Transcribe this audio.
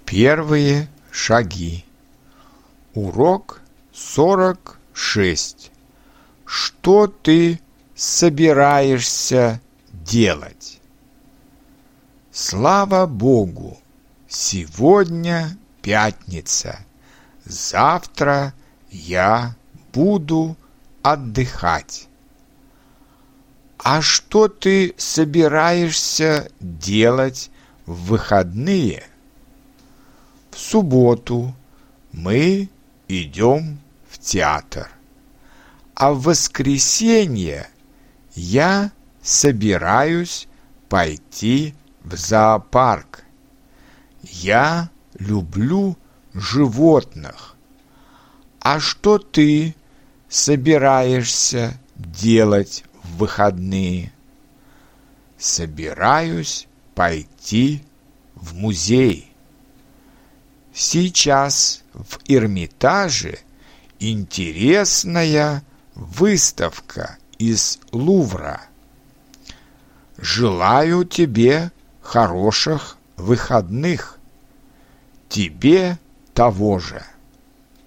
Первые шаги. Урок 46. Что ты собираешься делать? Слава Богу! Сегодня пятница. Завтра я буду отдыхать. А что ты собираешься делать в выходные? В субботу мы идем в театр, а в воскресенье я собираюсь пойти в зоопарк. Я люблю животных. А что ты собираешься делать в выходные? Собираюсь пойти в музей. Сейчас в Эрмитаже интересная выставка из Лувра. Желаю тебе хороших выходных. Тебе того же.